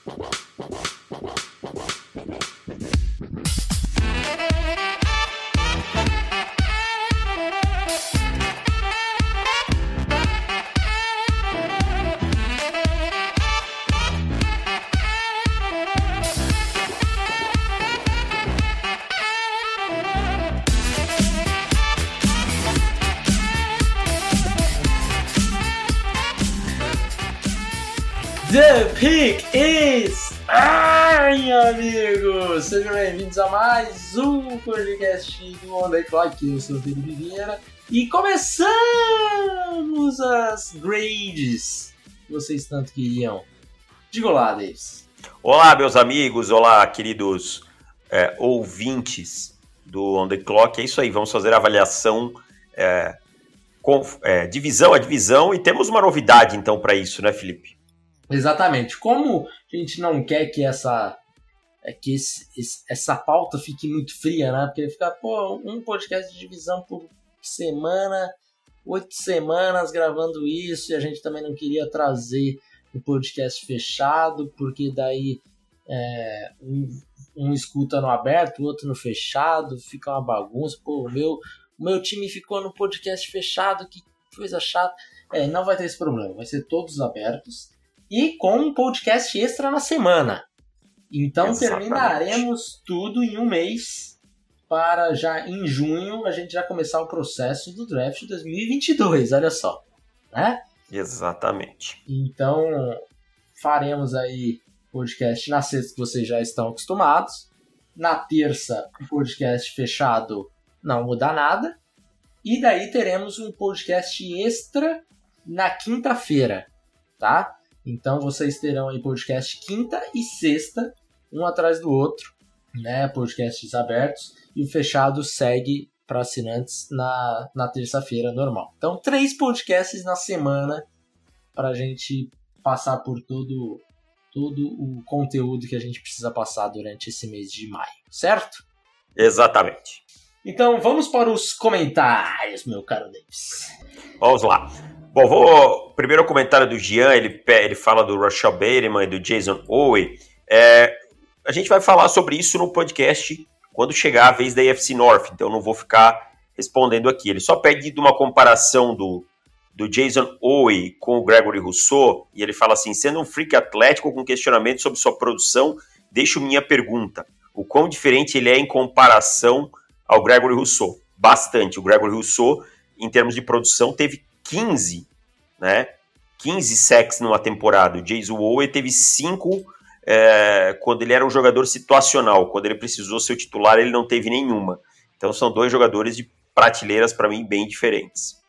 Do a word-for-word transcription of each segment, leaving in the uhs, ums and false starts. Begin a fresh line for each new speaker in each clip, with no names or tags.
The pick is... Ai, amigos! Sejam bem-vindos a mais um podcast do On The Clock. Eu sou o Felipe Vieira e começamos as grades que vocês tanto queriam. Diga olá, Davis.
Olá, meus amigos. Olá, queridos é, ouvintes do On The Clock. É isso aí, vamos fazer a avaliação é, com, é, divisão a divisão e temos uma novidade, então, para isso, né, Felipe?
Exatamente. Como a gente não quer que essa que esse, essa pauta fique muito fria, né? Porque fica, pô, um podcast de divisão por semana, oito semanas gravando isso, e a gente também não queria trazer o podcast fechado, porque daí é, um, um escuta no aberto, o outro no fechado, fica uma bagunça. Pô, o meu, o meu time ficou no podcast fechado, que coisa chata. É, não vai ter esse problema, vai ser todos abertos. E com um podcast extra na semana. Então Exatamente. Terminaremos tudo em um mês para já em junho a gente já começar o processo do draft de dois mil e vinte e dois, olha só, né?
Exatamente.
Então faremos aí podcast na sexta que vocês já estão acostumados. Na terça o podcast fechado não muda nada. E daí teremos um podcast extra na quinta-feira, tá? Então vocês terão aí podcast quinta e sexta, um atrás do outro, né? Podcasts abertos, e o fechado segue para assinantes na, na terça-feira normal. Então três podcasts na semana para a gente passar por todo, todo o conteúdo que a gente precisa passar durante esse mês de maio, certo?
Exatamente.
Então vamos para os comentários, meu caro Davis.
Vamos lá. Bom, vou... primeiro o comentário do Jean, ele, ele fala do Rashad Bateman e do Jayson Oweh. É, a gente vai falar sobre isso no podcast quando chegar a vez da A F C North, então não vou ficar respondendo aqui. Ele só pede uma comparação do, do Jayson Oweh com o Gregory Rousseau, e ele fala assim, sendo um freak atlético com questionamento sobre sua produção, deixo minha pergunta. O quão diferente ele é em comparação ao Gregory Rousseau? Bastante. O Gregory Rousseau, em termos de produção, teve quinze, né? quinze sacks numa temporada. O Jayson Oweh teve cinco é, quando ele era um jogador situacional. Quando ele precisou ser o titular, ele não teve nenhuma. Então são dois jogadores de prateleiras, para mim, bem diferentes.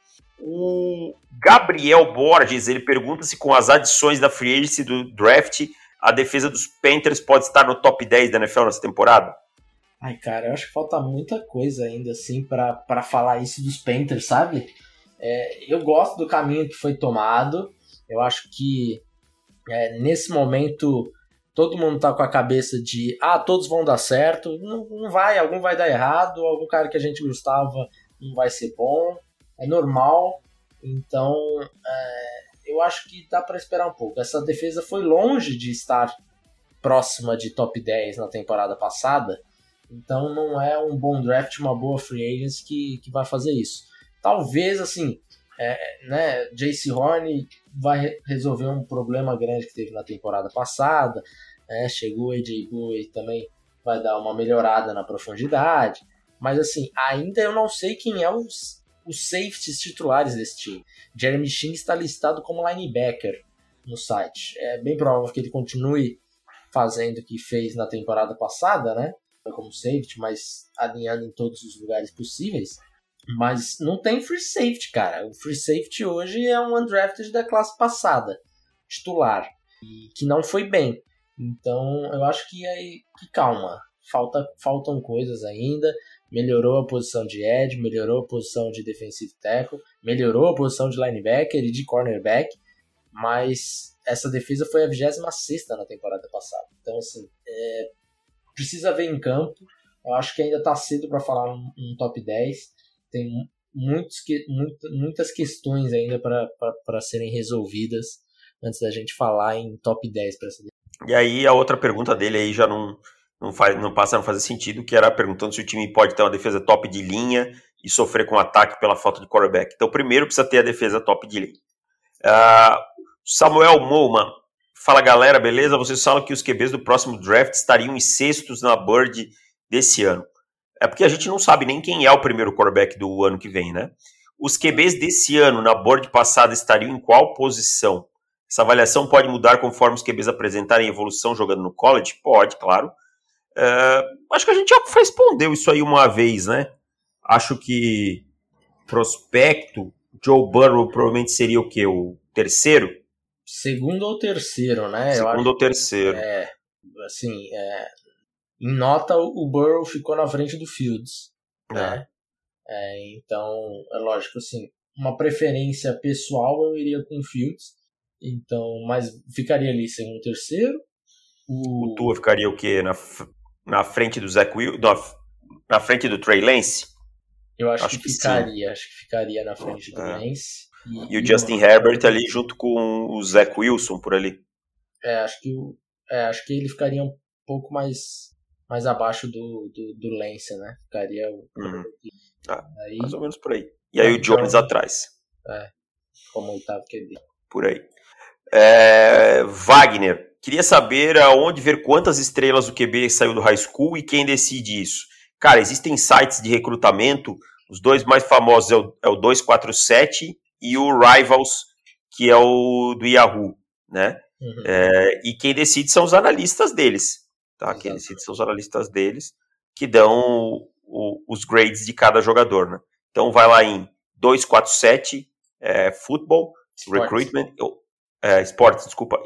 O Gabriel Borges, ele pergunta se com as adições da free agency do draft, a defesa dos Panthers pode estar no top dez da N F L nessa temporada?
Ai, cara, eu acho que falta muita coisa ainda, assim, pra, pra falar isso dos Panthers, sabe? É, eu gosto do caminho que foi tomado. Eu acho que é, nesse momento todo mundo tá com a cabeça de ah, todos vão dar certo. Não, não vai, algum vai dar errado, algum cara que a gente gostava não vai ser bom. É normal. Então é, eu acho que dá para esperar um pouco. Essa defesa foi longe de estar próxima de top dez na temporada passada. Então não é um bom draft, uma boa free agents que, que vai fazer isso. Talvez, assim, é, né, J C Horn vai re- resolver um problema grande que teve na temporada passada, né, chegou o A J Bowie também vai dar uma melhorada na profundidade, mas assim, ainda eu não sei quem é os, os safeties titulares desse time. Jeremy Chinn está listado como linebacker no site. É bem provável que ele continue fazendo o que fez na temporada passada, né, como safety, mas alinhando em todos os lugares possíveis. Mas não tem free safety, cara. O free safety hoje é um undrafted da classe passada, titular, e que não foi bem. Então eu acho que aí que calma, falta, faltam coisas ainda. Melhorou a posição de edge, melhorou a posição de defensive tackle, melhorou a posição de linebacker e de cornerback, mas essa defesa foi a vigésima sexta na temporada passada. Então assim, é, precisa ver em campo. Eu acho que ainda está cedo para falar um, um top dez. Tem muitos, muito, muitas questões ainda para serem resolvidas antes da gente falar em top dez para essa.
E aí a outra pergunta dele aí já não, não, faz, não passa a não fazer sentido, que era perguntando se o time pode ter uma defesa top de linha e sofrer com ataque pela falta de quarterback. Então primeiro precisa ter a defesa top de linha. Uh, Samuel Mouma, fala galera, beleza? Vocês falam que os Q Bs do próximo draft estariam em sextos na Bird desse ano. É porque a gente não sabe nem quem é o primeiro quarterback do ano que vem, né? Os Q Bs desse ano na board passada estariam em qual posição? Essa avaliação pode mudar conforme os Q Bs apresentarem evolução jogando no college? Pode, claro. Uh, acho que a gente já respondeu isso aí uma vez, né? Acho que prospecto, Joe Burrow provavelmente seria o quê? O terceiro?
Segundo ou terceiro, né?
Segundo
Eu acho,
ou terceiro.
É, assim, é, em nota o Burrow ficou na frente do Fields, né? É. É, então, é lógico, assim, uma preferência pessoal eu iria com o Fields, então, mas ficaria ali segundo ou terceiro.
O, o Tua ficaria o quê? Na, na frente do Zach Wilson? Na, na frente do Trey Lance?
Eu acho, acho que, que ficaria, sim. acho que ficaria na frente do é. Lance.
E, e o e Justin o... Herbert ali junto com o Zach Wilson por ali.
É, acho que, o, é, acho que ele ficaria um pouco mais, mais abaixo do, do, do Lance, né? Ficaria o...
Uhum. Ah, aí, mais ou menos por aí. E aí então, o Jones atrás.
É, como oitavo Q B.
Por aí. É, Wagner, queria saber aonde ver quantas estrelas o Q B saiu do high school e quem decide isso. Cara, existem sites de recrutamento, os dois mais famosos é o, é o dois quatro sete e o Rivals, que é o do Yahoo, né? Uhum. É, e quem decide são os analistas deles, tá? Exato. Quem decide são os analistas deles, que dão o, o, os grades de cada jogador, né? Então vai lá em dois quatro sete, é, Football, Sports. Recruitment, é, Sports, desculpa,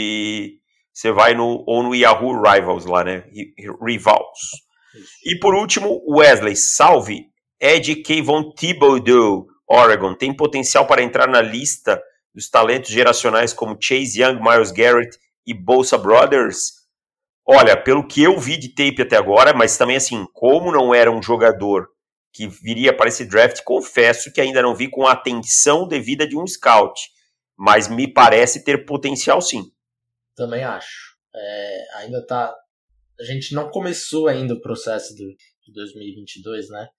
e você vai no, ou no Yahoo Rivals lá, né? Rivals. E por último, Wesley, salve, Ed Kayvon Thibodeau, Oregon, tem potencial para entrar na lista dos talentos geracionais como Chase Young, Myles Garrett e Bosa Brothers? Olha, pelo que eu vi de tape até agora, mas também assim, como não era um jogador que viria para esse draft, confesso que ainda não vi com a atenção devida de um scout, mas me parece ter potencial sim.
Também acho. É, ainda tá... A gente não começou ainda o processo do, de dois mil e vinte e dois, né?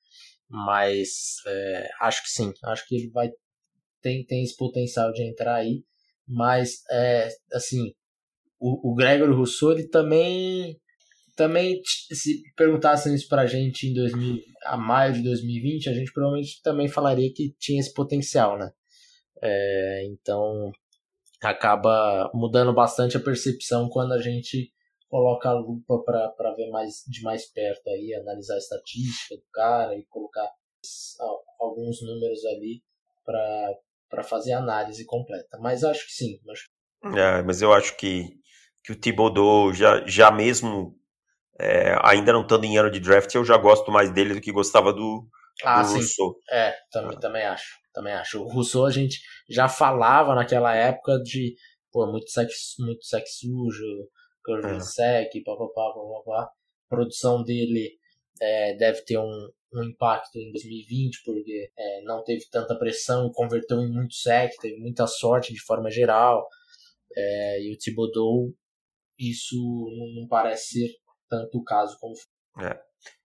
Mas é, acho que sim. Acho que ele vai tem, tem esse potencial de entrar aí. Mas, é, assim, o, o Gregory Rousseau, ele também... Também, se perguntassem isso pra gente em dois mil, a maio de dois mil e vinte, a gente provavelmente também falaria que tinha esse potencial, né? É, então, acaba mudando bastante a percepção quando a gente coloca a lupa para ver mais, de mais perto aí, analisar a estatística do cara e colocar alguns números ali para fazer a análise completa. Mas acho que sim. Acho...
É, mas eu acho que, que o Thibodeau já, já mesmo, é, ainda não estando em ano de draft, eu já gosto mais dele do que gostava do,
ah,
do
sim.
Rousseau.
É, também, ah. também acho. Também acho. O Rousseau a gente já falava naquela época de pô, muito sexo, muito sexo sujo, curva de sec, papapá, papapá. A produção dele é, deve ter um, um impacto em dois mil e vinte, porque é, não teve tanta pressão, converteu em muito sec, teve muita sorte de forma geral. É, e o Thibodeau, isso não, não parece ser tanto o caso como foi.
É.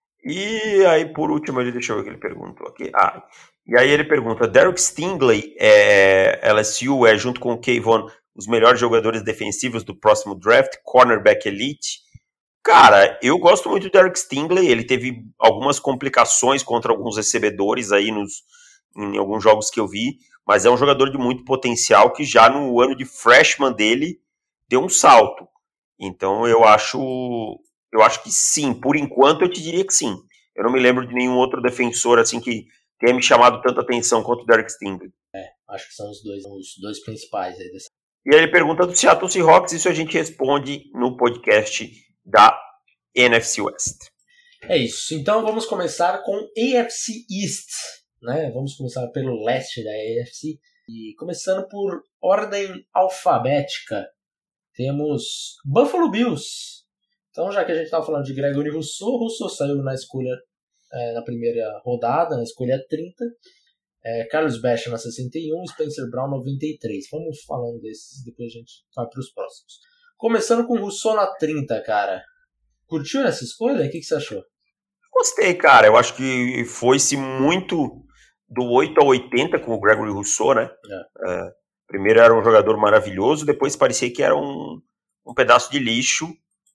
E aí, por último, ele deixou o que ele perguntou aqui. Ah, e aí ele pergunta, Derek Stingley, é, L S U, é junto com o Kayvon, os melhores jogadores defensivos do próximo draft, cornerback elite? Cara, eu gosto muito do Derek Stingley, ele teve algumas complicações contra alguns recebedores aí nos, em alguns jogos que eu vi, mas é um jogador de muito potencial que já no ano de freshman dele deu um salto. Então eu acho, eu acho que sim, por enquanto eu te diria que sim. Eu não me lembro de nenhum outro defensor assim que tenha me chamado tanta atenção quanto o Derek Stingley.
É, acho que são os dois, os dois principais aí dessa.
E aí ele pergunta do Seattle Seahawks, isso a gente responde no podcast da N F C West.
É isso, então vamos começar com A F C East, né? Vamos começar pelo leste da A F C, e começando por ordem alfabética, temos Buffalo Bills. Então, já que a gente estava falando de Gregory Rousseau, Rousseau saiu na escolha, é, na primeira rodada, na escolha trinta, é, Carlos Basham na sessenta e um, Spencer Brown noventa e três. Vamos falando desses, depois a gente vai para os próximos. Começando com o Rousseau na trinta, cara. Curtiu essa escolha? O que, que você achou?
Gostei, cara. Eu acho que foi-se muito do oito ao oitenta com o Gregory Rousseau, né? É. É, primeiro era um jogador maravilhoso, depois parecia que era um, um pedaço de lixo.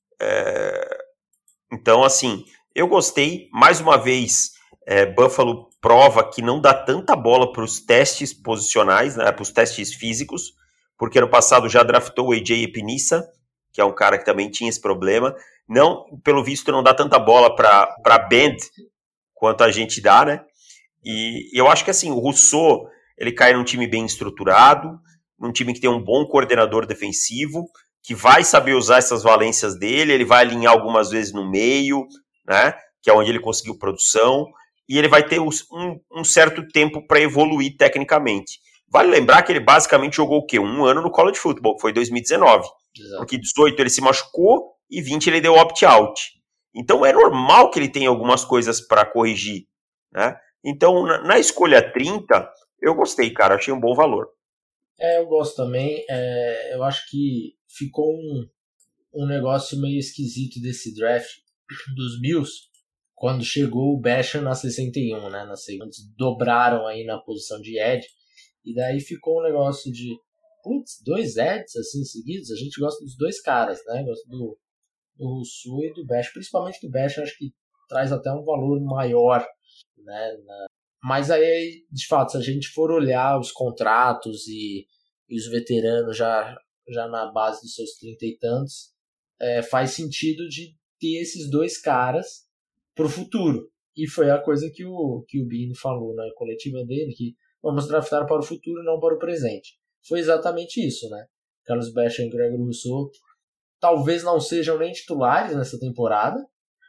É, então, assim, eu gostei. Mais uma vez, é, Buffalo prova que não dá tanta bola para os testes posicionais, né, para os testes físicos, porque ano passado já draftou o A J Epinesa, que é um cara que também tinha esse problema. Não, pelo visto, não dá tanta bola para bend quanto a gente dá, né? E, e eu acho que assim, o Rousseau, ele cai num time bem estruturado, num time que tem um bom coordenador defensivo, que vai saber usar essas valências dele, ele vai alinhar algumas vezes no meio, né? Que é onde ele conseguiu produção, e ele vai ter um, um certo tempo para evoluir tecnicamente. Vale lembrar que ele basicamente jogou o quê? Um ano no college football, que foi dois mil e dezenove. Exato. Porque dezoito ele se machucou e vinte ele deu opt-out. Então é normal que ele tenha algumas coisas para corrigir, né? Então, na, na escolha trinta, eu gostei, cara, achei um bom valor.
É, eu gosto também. É, eu acho que ficou um, um negócio meio esquisito desse draft dos Bills, quando chegou o Basham na sessenta e um, né? Na segunda, dobraram aí na posição de Ed, e daí ficou um negócio de, putz, dois Eds assim seguidos, a gente gosta dos dois caras, né? Gosta do, do Rousseau e do Basham, principalmente do Basham, acho que traz até um valor maior, né? Na... Mas aí, de fato, se a gente for olhar os contratos e, e os veteranos já, já na base dos seus trinta e tantos, é, faz sentido de ter esses dois caras pro futuro. E foi a coisa que o, que o Bini falou na coletiva dele, que vamos draftar para o futuro, não para o presente. Foi exatamente isso, né? Carlos Basham e Gregory Rousseau talvez não sejam nem titulares nessa temporada,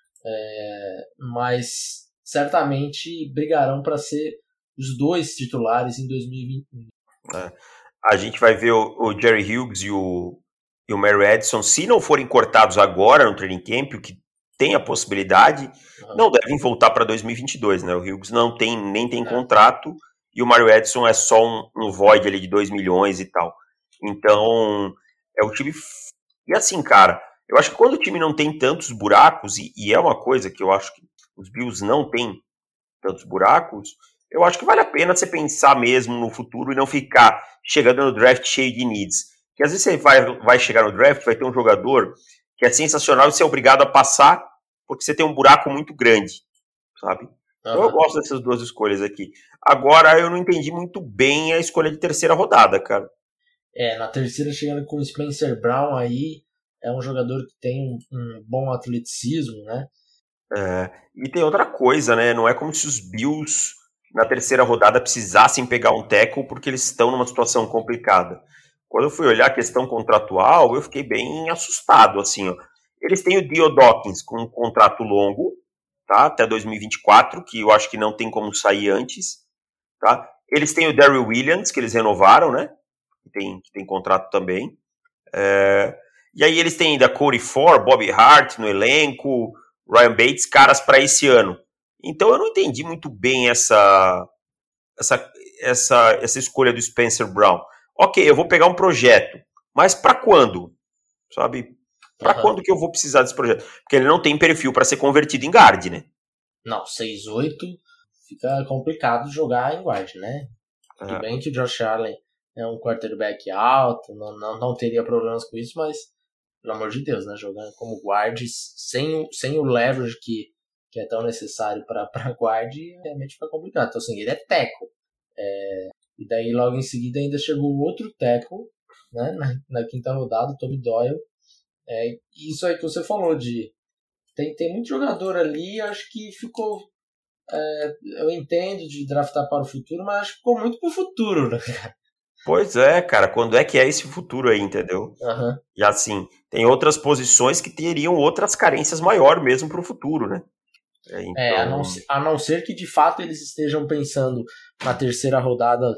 é, mas certamente brigarão para ser os dois titulares em dois mil e vinte e um.
É. A gente vai ver o, o Jerry Hughes e o, e o Mary Edson, se não forem cortados agora no training camp, o que tem a possibilidade, uhum. não devem voltar para dois mil e vinte e dois, né? O Hughes não tem, nem tem é. contrato e o Mario Edson é só um, um void ali de dois milhões e tal. Então, é o time... E assim, cara, eu acho que quando o time não tem tantos buracos, e, e é uma coisa que eu acho que os Bills não têm tantos buracos, eu acho que vale a pena você pensar mesmo no futuro e não ficar chegando no draft cheio de needs. Porque às vezes você vai, vai chegar no draft, vai ter um jogador que é sensacional e você é obrigado a passar porque você tem um buraco muito grande, sabe? Uhum. Então eu gosto dessas duas escolhas aqui. Agora, eu não entendi muito bem a escolha de terceira rodada, cara.
É, na terceira chegando com o Spencer Brown aí, é um jogador que tem um, um bom atleticismo, né?
É, e tem outra coisa, né? Não é como se os Bills na terceira rodada precisassem pegar um tackle porque eles estão numa situação complicada. Quando eu fui olhar a questão contratual, eu fiquei bem assustado, assim, ó. Eles têm o Dio Dawkins com um contrato longo, tá? Até dois mil e vinte e quatro, que eu acho que não tem como sair antes, tá? Eles têm o Darryl Williams, que eles renovaram, né? Que tem, que tem contrato também. É, e aí eles têm ainda Cody Ford, Bobby Hart no elenco, Ryan Bates, caras para esse ano. Então eu não entendi muito bem essa, essa, essa, essa escolha do Spencer Brown. Ok, eu vou pegar um projeto, mas para quando? Sabe? Para uhum. quando que eu vou precisar desse projeto? Porque ele não tem perfil para ser convertido em guard, né?
Não, seis oito fica complicado jogar em guard, né? Tudo é. bem que o Josh Allen é um quarterback alto, não, não, não teria problemas com isso, mas pelo amor de Deus, né? Jogando como guard sem, sem o leverage que, que é tão necessário para guard, realmente fica complicado. Então, assim, ele é tackle. É, e daí, logo em seguida, ainda chegou outro tackle, né? Na, na quinta rodada, o Tommy Doyle. É, isso aí que você falou de... Tem, tem muito jogador ali, acho que ficou... É, eu entendo de draftar para o futuro, mas acho que ficou muito para o futuro, né?
Pois é, cara, quando é que é esse futuro aí, entendeu?
Uhum.
E assim, tem outras posições que teriam outras carências maior mesmo para o futuro, né?
É, então... é a, não ser, a não ser que de fato eles estejam pensando na terceira rodada,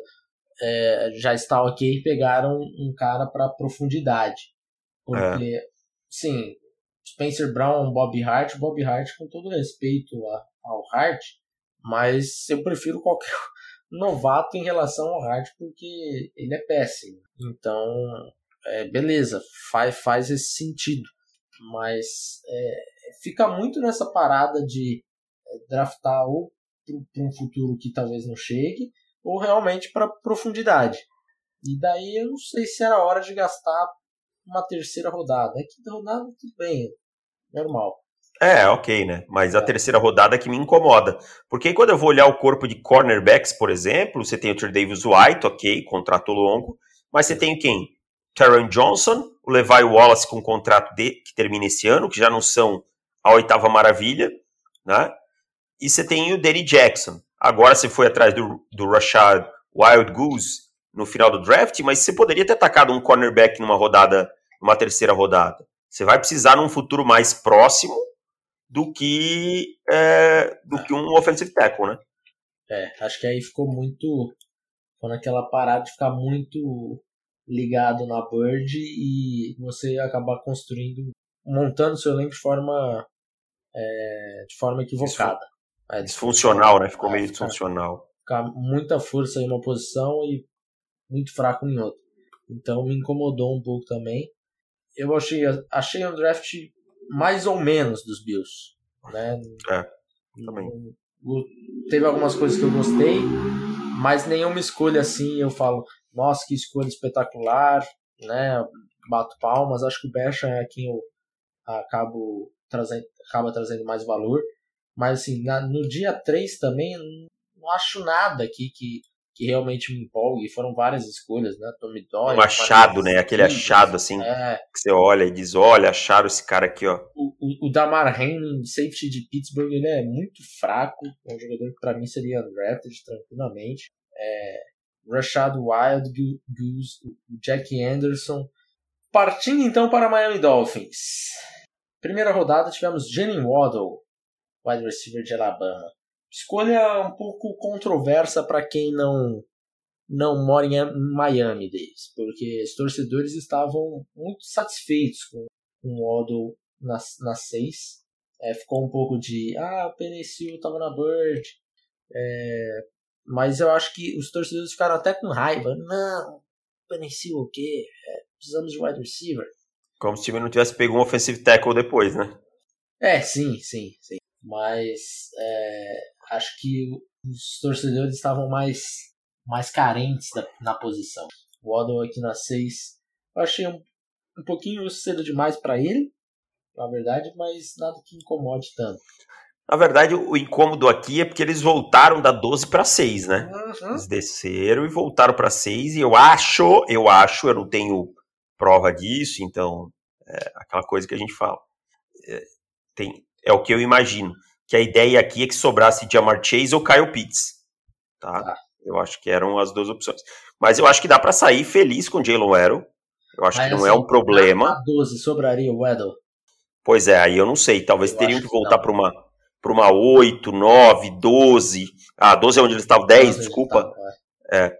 é, já está ok, pegaram um cara para profundidade. Porque, é. sim, Spencer Brown, Bobby Hart, Bobby Hart, com todo respeito a, ao Hart, mas eu prefiro qualquer novato em relação ao Hart, porque ele é péssimo. Então, é, beleza, faz, faz esse sentido. Mas é, fica muito nessa parada de draftar ou para um futuro que talvez não chegue, ou realmente para profundidade. E daí eu não sei se era hora de gastar uma terceira rodada. É quinta rodada, tudo bem, normal.
É, ok, né? Mas
é.
a terceira rodada que me incomoda. Porque aí quando eu vou olhar o corpo de cornerbacks, por exemplo, você tem o Tre'Davious White, ok, contrato longo, mas você tem quem? Taron Johnson, o Levi Wallace com contrato de, que termina esse ano, que já não são a oitava maravilha, né? E você tem o Danny Jackson. Agora você foi atrás do, do Rashad Wild Goose no final do draft, mas você poderia ter atacado um cornerback numa rodada, numa terceira rodada. Você vai precisar num futuro mais próximo do que, é, do que um offensive tackle, né?
É, acho que aí ficou muito... Foi naquela parada de ficar muito ligado na Bird e você acabar construindo, montando seu elenco de forma, é, de forma equivocada. É,
disfuncional, né? Ficou meio disfuncional.
Ficar muita força em uma posição e muito fraco em outra. Então me incomodou um pouco também. Eu achei, achei um draft mais ou menos dos Bills, né?
É, também.
Teve algumas coisas que eu gostei, mas nenhuma escolha assim eu falo, nossa, que escolha espetacular, né? Bato palmas. Acho que o Basham é quem eu acabo trazendo, acaba trazendo mais valor. Mas assim, na, no dia três também não acho nada aqui que, que realmente me empolgue. Foram várias escolhas, né? Tommy Doyle.
Um achado, né? Aquele achado assim,
é.
que você olha e diz, olha, acharam esse cara aqui, ó.
O, o, o Damar Hamlin, safety de Pittsburgh, ele é muito fraco. É um jogador que pra mim seria undrafted tranquilamente. É, Rashad Wild, Goose, Jack Anderson. Partindo então para Miami Dolphins. Primeira rodada tivemos Jalen Waddle, wide receiver de Alabama. Escolha um pouco controversa para quem não, não mora em Miami deles, porque os torcedores estavam muito satisfeitos com, com o Waddle na seis. É, ficou um pouco de, ah, o Penei Sewell estava na Bird. É, mas eu acho que os torcedores ficaram até com raiva. Não, Penei Sewell o quê? É, precisamos de wide receiver.
Como se o time não tivesse pego um offensive tackle depois, né?
É, sim, sim, sim. Mas é, acho que os torcedores estavam mais, mais carentes da, na posição. O Waddle aqui na seis, eu achei um, um pouquinho cedo demais para ele, na verdade, mas nada que incomode tanto.
Na verdade, o incômodo aqui é porque eles voltaram da doze para seis, né?
Uhum.
Eles desceram e voltaram para seis, e eu acho, eu acho, eu não tenho prova disso, então é aquela coisa que a gente fala. É, tem, é o que eu imagino, que a ideia aqui é que sobrasse Ja'Marr Chase ou Kyle Pitts, tá?
Ah.
Eu acho que eram as duas opções. Mas eu acho que dá para sair feliz com o Jalen Waddle. Eu acho
Mas,
que não
assim,
é um problema.
Na doze sobraria o Waddle?
Pois é, aí eu não sei. Talvez
eu
teriam que
que
voltar para uma, para uma oito, nove, doze. Ah, doze é onde eles estavam, dez, desculpa.
Tavam,
é. É.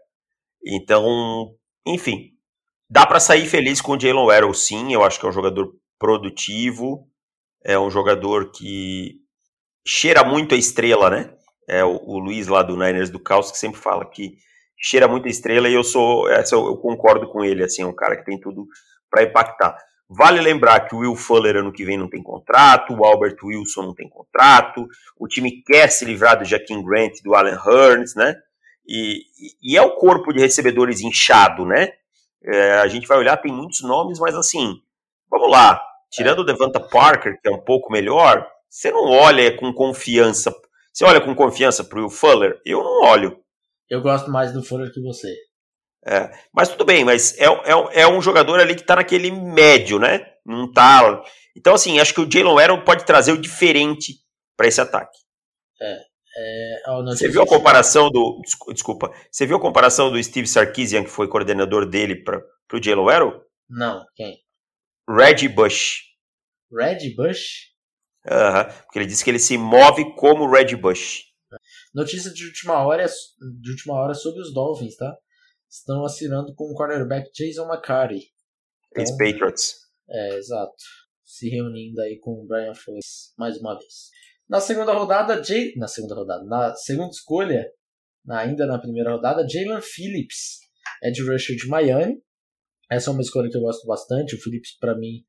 Então, enfim. Dá para sair feliz com o Jalen Waddle, sim. Eu acho que é um jogador produtivo. É um jogador que cheira muito a estrela, né? É o, o Luiz lá do Niners do Caos que sempre fala que cheira muito a estrela, e eu sou, essa eu, eu concordo com ele, assim, é um cara que tem tudo para impactar. Vale lembrar que o Will Fuller ano que vem não tem contrato, o Albert Wilson não tem contrato, o time quer se livrar do Jaquim Grant e do Allen Hurns, né? E, e é o corpo de recebedores inchado, né? É, a gente vai olhar, tem muitos nomes, mas assim, vamos lá, tirando o Devonta Parker, que é um pouco melhor, você não olha com confiança. Você olha com confiança pro Will Fuller? Eu não olho.
Eu gosto mais do Fuller que você.
É, mas tudo bem, mas é, é, é um jogador ali que tá naquele médio, né? Não tá. Então, assim, acho que o Jalen Waddle pode trazer o diferente para esse ataque.
É. é
você viu a comparação do. Desculpa. Você viu a comparação do Steve Sarkisian, que foi coordenador dele, para o Jalen Waddle?
Não, quem?
Reggie Bush.
Reggie Bush?
Aham, uh-huh, porque ele disse que ele se move como Reggie Bush.
Notícia de última hora, de última hora sobre os Dolphins, tá? Estão assinando com o cornerback Jason McCarthy.
Então, Ex-Patriots.
É, exato. Se reunindo aí com o Brian Flores mais uma vez. Na segunda rodada, Jay... na segunda rodada, na segunda escolha, ainda na primeira rodada, Jalen Phillips, edge rusher de Miami. essa é uma escolha que eu gosto bastante. O Phillips, para mim,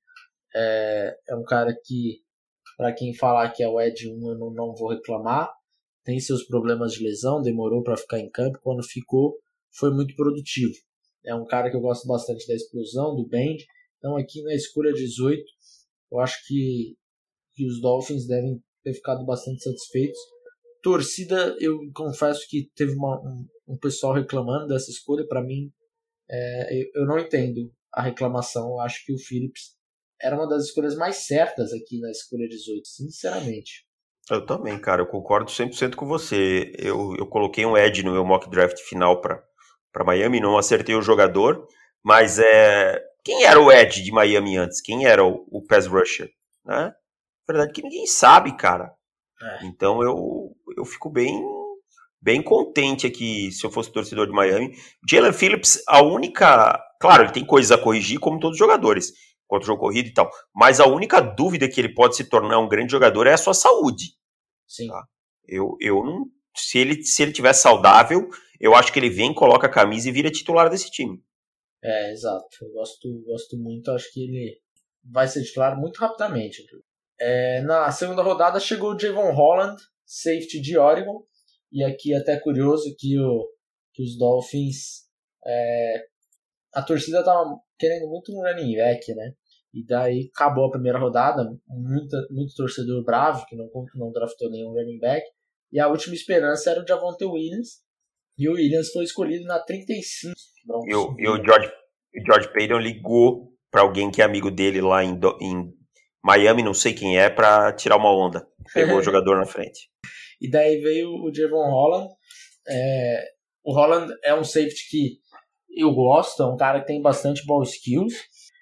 é, é um cara que, para quem falar que é o Ed um, eu não, não vou reclamar. Tem seus problemas de lesão, demorou para ficar em campo. Quando ficou, foi muito produtivo. É um cara que eu gosto bastante da explosão, do bend. Então, aqui na escolha dezoito, eu acho que, que os Dolphins devem ter ficado bastante satisfeitos. Torcida, eu confesso que teve uma, um, um pessoal reclamando dessa escolha. Para mim, é, eu, eu não entendo a reclamação. Eu acho que o Phillips era uma das escolhas mais certas aqui na escolha dezoito, sinceramente.
Eu também, cara, eu concordo cem por cento com você. Eu, eu coloquei um edge no meu mock draft final para Miami, não acertei o jogador, mas é, quem era o edge de Miami antes? Quem era o, o pass rusher? Né? Na verdade que ninguém sabe, cara. É. Então eu, eu fico bem, bem contente aqui, se eu fosse torcedor de Miami. Jalen Phillips, a única... Claro, ele tem coisas a corrigir, como todos os jogadores, contra o jogo corrido e tal. Mas a única dúvida que ele pode se tornar um grande jogador é a sua saúde.
Sim.
Tá? Eu, eu não... Se ele, se ele tiver saudável, eu acho que ele vem, coloca a camisa e vira titular desse time.
É, exato. Eu gosto, gosto muito. Acho que ele vai ser titular muito rapidamente. É, na segunda rodada chegou o Javon Holland, safety de Oregon. E aqui até curioso que, o, que os Dolphins... É, a torcida tava querendo muito um running back, né? E daí acabou a primeira rodada, muita, muito torcedor bravo, que não, não draftou nenhum running back. E a última esperança era o Javonte Williams. E o Williams foi escolhido na trinta e cinco.
E o, e o George, George Payton ligou para alguém que é amigo dele lá em, em Miami, não sei quem é, para tirar uma onda. Pegou o jogador na frente.
E daí veio o Javon Holland. É, o Holland é um safety que eu gosto, é um cara que tem bastante ball skills,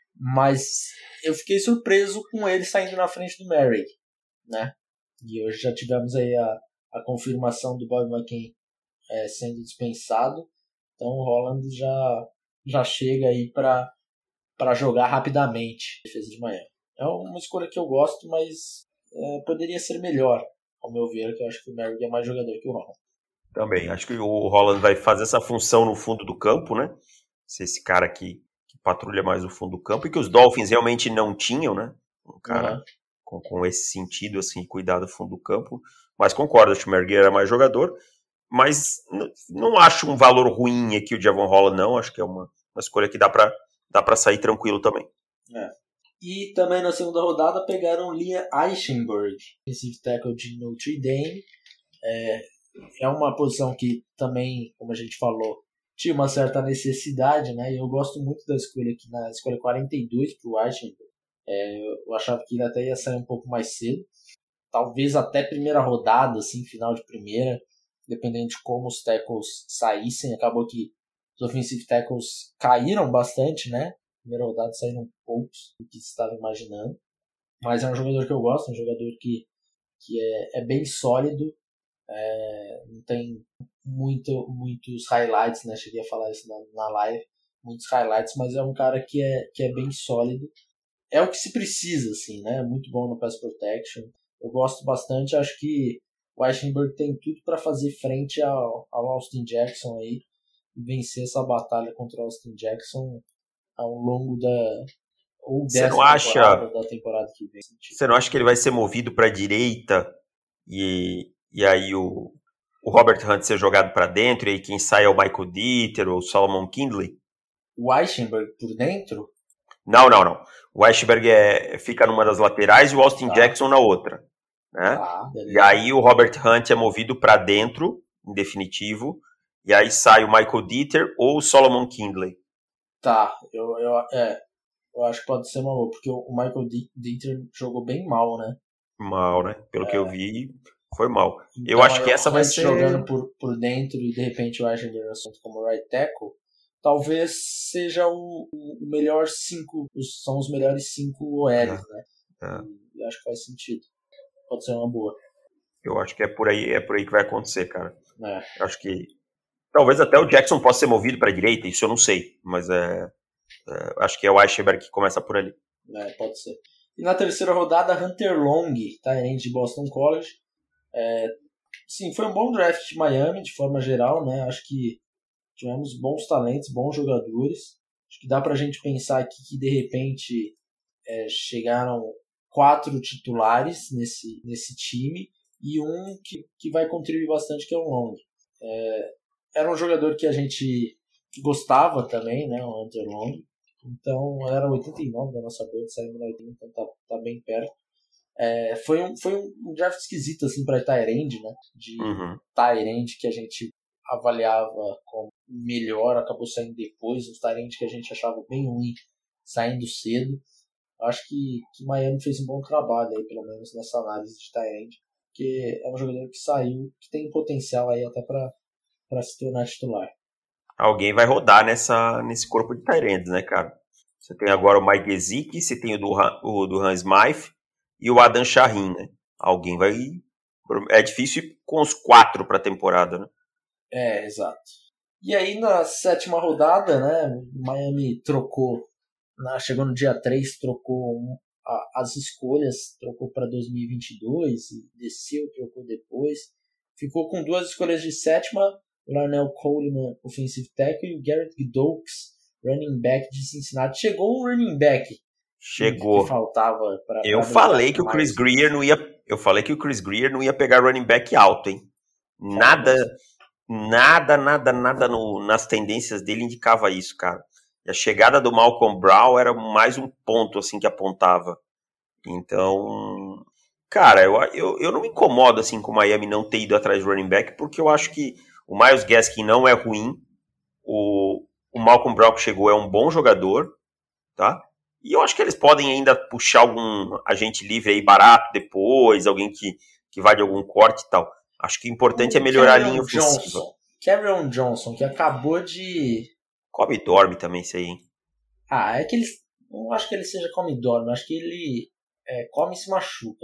mas eu fiquei surpreso com ele saindo na frente do Merrick, né? E hoje já tivemos aí a, a confirmação do Bob McCain é, sendo dispensado, então o Holland já, já chega aí para jogar rapidamente na defesa de Miami. É uma escolha que eu gosto, mas é, poderia ser melhor, ao meu ver, que eu acho que o Merrick é mais jogador que o Holland.
Também, acho que o Holland vai fazer essa função no fundo do campo, né? Ser esse cara que, que patrulha mais o fundo do campo, e que os Dolphins realmente não tinham, né? Um cara uhum. com, com esse sentido, assim, cuidar do fundo do campo. Mas concordo, acho que o Merguer era mais jogador, mas não, não acho um valor ruim aqui o Javon Holland, não. Acho que é uma, uma escolha que dá pra, dá pra sair tranquilo também.
É. E também na segunda rodada pegaram Liam Eichenberg, defensive tackle de Notre Dame. É, é uma posição que também, como a gente falou, tinha uma certa necessidade, né? E eu gosto muito da escolha aqui, na escolha quarenta e dois para o Eichenberg. É, eu achava que ele até ia sair um pouco mais cedo. Talvez até primeira rodada, assim, final de primeira, dependendo de como os tackles saíssem. Acabou que os offensive tackles caíram bastante, né? Primeira rodada saíram poucos do que se estava imaginando. Mas é um jogador que eu gosto, um jogador que, que é, é bem sólido. É, não tem muito, muitos highlights, né? Cheguei a falar isso na, na live. Muitos highlights, mas é um cara que é, que é bem sólido. É o que se precisa, assim, né? Muito bom no pass protection. Eu gosto bastante. Acho que o Eichenberg tem tudo para fazer frente ao, ao Austin Jackson aí e vencer essa batalha contra o Austin Jackson ao longo da ou dessa temporada,
acha,
da temporada que vem.
Você não acha que ele vai ser movido para a direita e, e aí o, o Robert Hunt ser jogado para dentro e aí quem sai é o Michael Dieter ou o Solomon Kindley?
O Eichenberg por dentro?
Não, não, não. O Eichenberg é, fica numa das laterais e o Austin tá. Jackson na outra. Né?
Tá,
e aí o Robert Hunt é movido para dentro, em definitivo, e aí sai o Michael Dieter ou o Solomon Kindley.
Tá, eu, eu, é, eu acho que pode ser uma boa, porque o Michael Dieter jogou bem mal, né?
Mal, né? Pelo é. que eu vi, foi mal.
Então,
eu acho que essa vai ser...
jogando por, por dentro e de repente o Eichenberg como right tackle, talvez seja o, o melhor cinco, são os melhores cinco O Ls, é. né? É. Eu acho que faz sentido. Pode ser uma boa.
Eu acho que é por aí, é por aí que vai acontecer, cara.
É.
Eu acho que talvez até o Jackson possa ser movido para a direita, isso eu não sei, mas é, é, acho que é o Eichenberg que começa por ali.
É, pode ser. E na terceira rodada, Hunter Long, tá, de Boston College. É, sim, foi um bom draft de Miami, de forma geral, né? Acho que tivemos bons talentos, bons jogadores. Acho que dá pra gente pensar aqui que, de repente, é, chegaram quatro titulares nesse, nesse time e um que, que vai contribuir bastante, que é o Long. É, era um jogador que a gente gostava também, né, o Hunter Long. Então, era oitenta e nove da nossa board, saindo na oitenta, então tá, tá bem perto. É, foi, um, foi um draft esquisito assim para Tyrande, né? De
uhum.
Tyrande que a gente avaliava como melhor, acabou saindo depois. Os Tyrande que a gente achava bem ruim, saindo cedo. Acho que, que Miami fez um bom trabalho aí, pelo menos nessa análise de Tyrande, porque é um jogador que saiu, que tem potencial aí até para se tornar titular.
Alguém vai rodar nessa, nesse corpo de Tyrands, né, cara? Você tem agora o Mike Gesicki, você tem o do, o do Hans Smythe e o Adam Shaheen, né? Alguém vai... É difícil ir com os quatro para a temporada, né?
É, exato. E aí, na sétima rodada, né, Miami trocou, na, chegou no dia três, trocou um, a, as escolhas, trocou para dois mil e vinte e dois, e desceu, trocou depois. Ficou com duas escolhas de sétima, o Larnell Coleman, offensive tackle, e o Garrett Gidokes, running back de Cincinnati. Chegou um running back.
Chegou.
Que faltava para
Eu falei que o Chris Greer não ia, eu falei que o Chris Greer não ia pegar running back alto, hein? Nada, nada, nada, nada no, nas tendências dele indicava isso, cara. E a chegada do Malcolm Brown era mais um ponto assim que apontava. Então, cara, eu, eu, eu não me incomodo assim com o Miami não ter ido atrás do running back, porque eu acho que o Myles Gaskin não é ruim, o, o Malcolm Brown que chegou é um bom jogador, tá? E eu acho que eles podem ainda puxar algum agente livre aí barato depois, alguém que, que vai de algum corte e tal. Acho que o importante o é melhorar
Cameron
a linha ofensiva.
Johnson. Cameron Johnson, que acabou de...
Come e dorme também isso aí, hein?
Ah, é que ele... Não acho que ele seja come e dorme, acho que ele é, come e se machuca.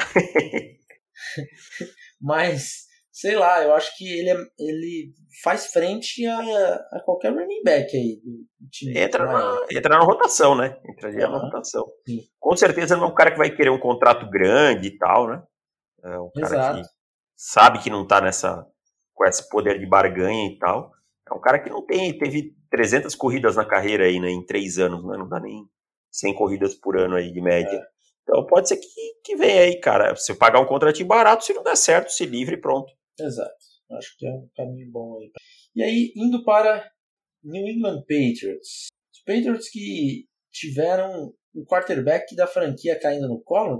Mas, sei lá, eu acho que ele, é, ele faz frente a, a qualquer running back aí do time.
Entra na, entra na rotação, né? Entraria uhum. na rotação.
Sim.
Com certeza não é um cara que vai querer um contrato grande e tal, né? É um cara Exato. que sabe que não tá nessa, com esse poder de barganha e tal. É um cara que não tem, teve trezentas corridas na carreira aí, né? Em três anos, né? Não dá nem cem corridas por ano aí de média. É. Então pode ser que, que venha aí, cara. Você pagar um contratinho barato, se não der certo, se livre e pronto.
Exato. Acho que é um caminho bom aí. E aí, indo para New England Patriots. Os Patriots que tiveram o quarterback da franquia caindo no colo.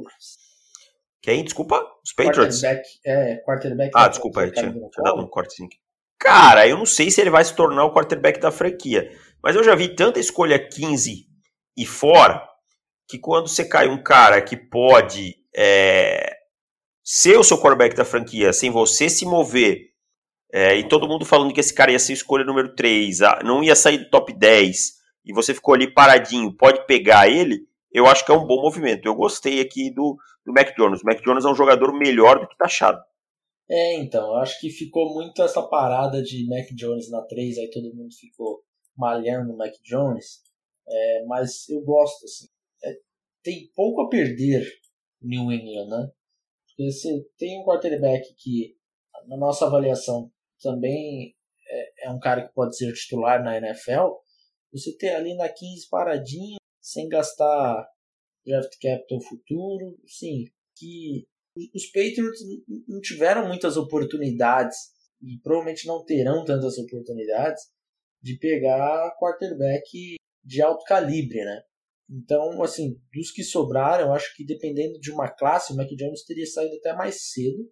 Quem? Desculpa? Os Patriots?
Quarterback, é, quarterback
ah, desculpa, aí, tinha, tinha dado um cortezinho aqui. Cara, eu não sei se ele vai se tornar o quarterback da franquia, mas eu já vi tanta escolha quinze e fora, que quando você cai um cara que pode é, ser o seu quarterback da franquia, sem você se mover, é, e todo mundo falando que esse cara ia ser escolha número três, não ia sair do top dez, e você ficou ali paradinho, pode pegar ele, eu acho que é um bom movimento. Eu gostei aqui do, do Mac Jones. O Mac Jones é um jogador melhor do que taxado.
É, então, eu acho que ficou muito essa parada de Mac Jones na três, aí todo mundo ficou malhando o Mac Jones, é, mas eu gosto, assim, é, tem pouco a perder New England, né? Porque você tem um quarterback que, na nossa avaliação, também é, é um cara que pode ser titular na N F L, você ter ali na quinze paradinho, sem gastar draft capital futuro, sim, que os Patriots não tiveram muitas oportunidades e provavelmente não terão tantas oportunidades de pegar quarterback de alto calibre, né? Então, assim, dos que sobraram, eu acho que dependendo de uma classe, o Mac Jones teria saído até mais cedo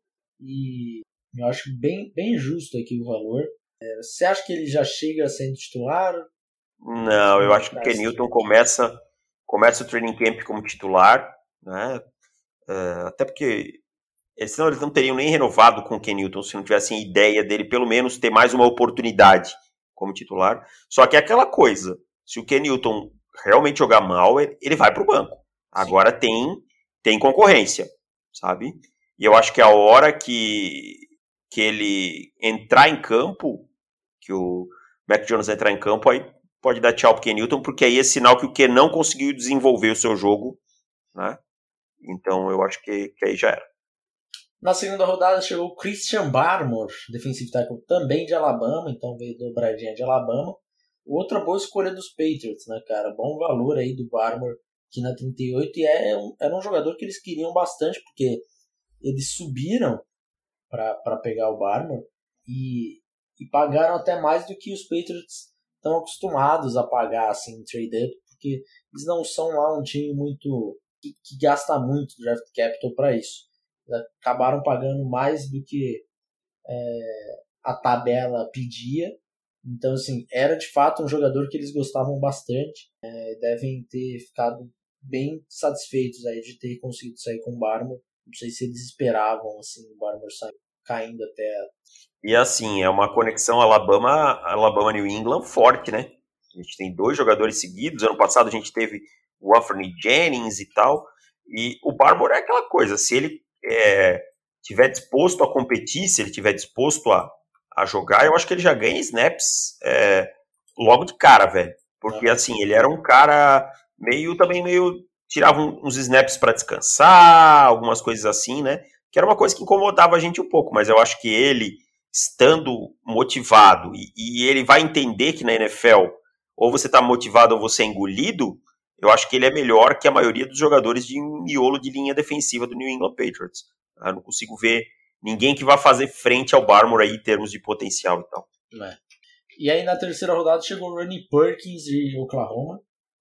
e eu acho bem, bem justo aqui o valor. É, você acha que ele já chega sendo titular?
Não, eu acho que o Ken Newton começa, começa o training camp como titular, né? Uh, até porque eles, senão eles não teriam nem renovado com o Ken Newton se não tivessem ideia dele pelo menos ter mais uma oportunidade como titular. Só que é aquela coisa, se o Ken Newton realmente jogar mal, ele vai para o banco. Agora tem, tem concorrência, sabe? E eu acho que a hora que, que ele entrar em campo, que o Mac Jones entrar em campo, aí pode dar tchau pro Ken Newton, porque aí é sinal que o Ken não conseguiu desenvolver o seu jogo, né? Então eu acho que, que aí já era.
Na segunda rodada chegou o Christian Barmore, defensive tackle também de Alabama, então veio dobradinha de Alabama. outra boa escolha dos Patriots, né, cara? Bom valor aí do Barmore aqui na trinta e oito, e é um, era um jogador que eles queriam bastante, porque eles subiram para pegar o Barmore e, e pagaram até mais do que os Patriots estão acostumados a pagar assim, em trade-up, porque eles não são lá um time muito que, que gasta muito draft capital para isso. Eles acabaram pagando mais do que é, a tabela pedia. Então, assim, era de fato um jogador que eles gostavam bastante. É, devem ter ficado bem satisfeitos aí de ter conseguido sair com o Barmore. Não sei se eles esperavam assim, o Barmore sair caindo até.
E assim, é uma conexão Alabama, Alabama-New England forte, né? A gente tem dois jogadores seguidos. Ano passado a gente teve o Anthony Jennings e tal. E o Barmore é aquela coisa, se ele é, tiver disposto a competir, se ele tiver disposto a, a jogar, eu acho que ele já ganha snaps é, logo de cara, velho. Porque assim, ele era um cara meio, também meio, tirava uns snaps para descansar, algumas coisas assim, né? Que era uma coisa que incomodava a gente um pouco, mas eu acho que ele, estando motivado, e, e ele vai entender que na N F L, ou você tá motivado ou você é engolido, eu acho que ele é melhor que a maioria dos jogadores de miolo de linha defensiva do New England Patriots. Eu não consigo ver ninguém que vá fazer frente ao Barmore aí em termos de potencial e tal.
É. E aí na terceira rodada chegou o Ronnie Perkins de Oklahoma.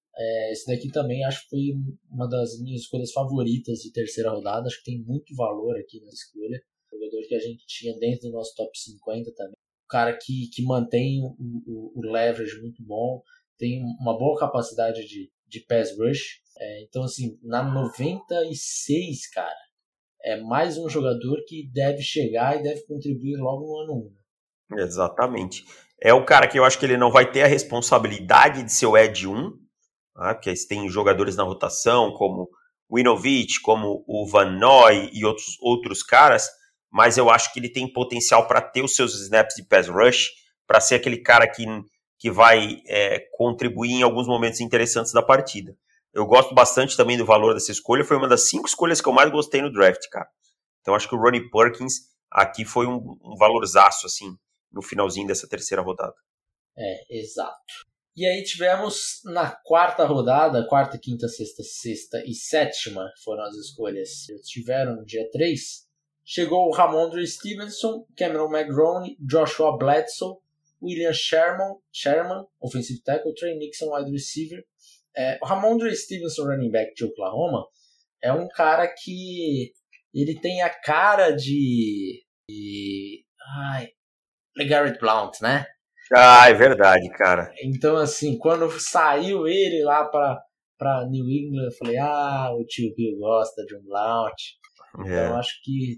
É, esse daqui também acho que foi uma das minhas escolhas favoritas de terceira rodada. Acho que tem muito valor aqui na escolha. Jogador que a gente tinha dentro do nosso top cinquenta também. Um cara que, que mantém o, o, o leverage muito bom. Tem uma boa capacidade de, de pass rush. É, então, assim, na noventa e seis, cara, é mais um jogador que deve chegar e deve contribuir logo no ano um.
Exatamente. É o cara que eu acho que ele não vai ter a responsabilidade de ser o Ed um, né, porque tem jogadores na rotação, como o Winovich, como o Van Noy e outros, outros caras, mas eu acho que ele tem potencial para ter os seus snaps de pass rush, para ser aquele cara que, que vai é, contribuir em alguns momentos interessantes da partida. Eu gosto bastante também do valor dessa escolha, foi uma das cinco escolhas que eu mais gostei no draft, cara. Então acho que o Ronnie Perkins aqui foi um, um valorzaço, assim, no finalzinho dessa terceira rodada.
É, exato. E aí tivemos na quarta rodada, quarta, quinta, sexta, sexta e sétima, foram as escolhas que tiveram no dia três. Chegou o Ramondre Stevenson, Cameron McGrone, Joshua Bledsoe, William Sherman, Sherman offensive tackle, Trey Nixon, wide receiver. É, o Ramondre Stevenson, running back de Oklahoma, é um cara que ele tem a cara de... de ai, LeGarrette Blount, né?
Ah, é verdade, cara.
Então, assim, quando saiu ele lá pra, pra New England, eu falei, ah, o tio Bill gosta de um Blount. Então,
É.
acho que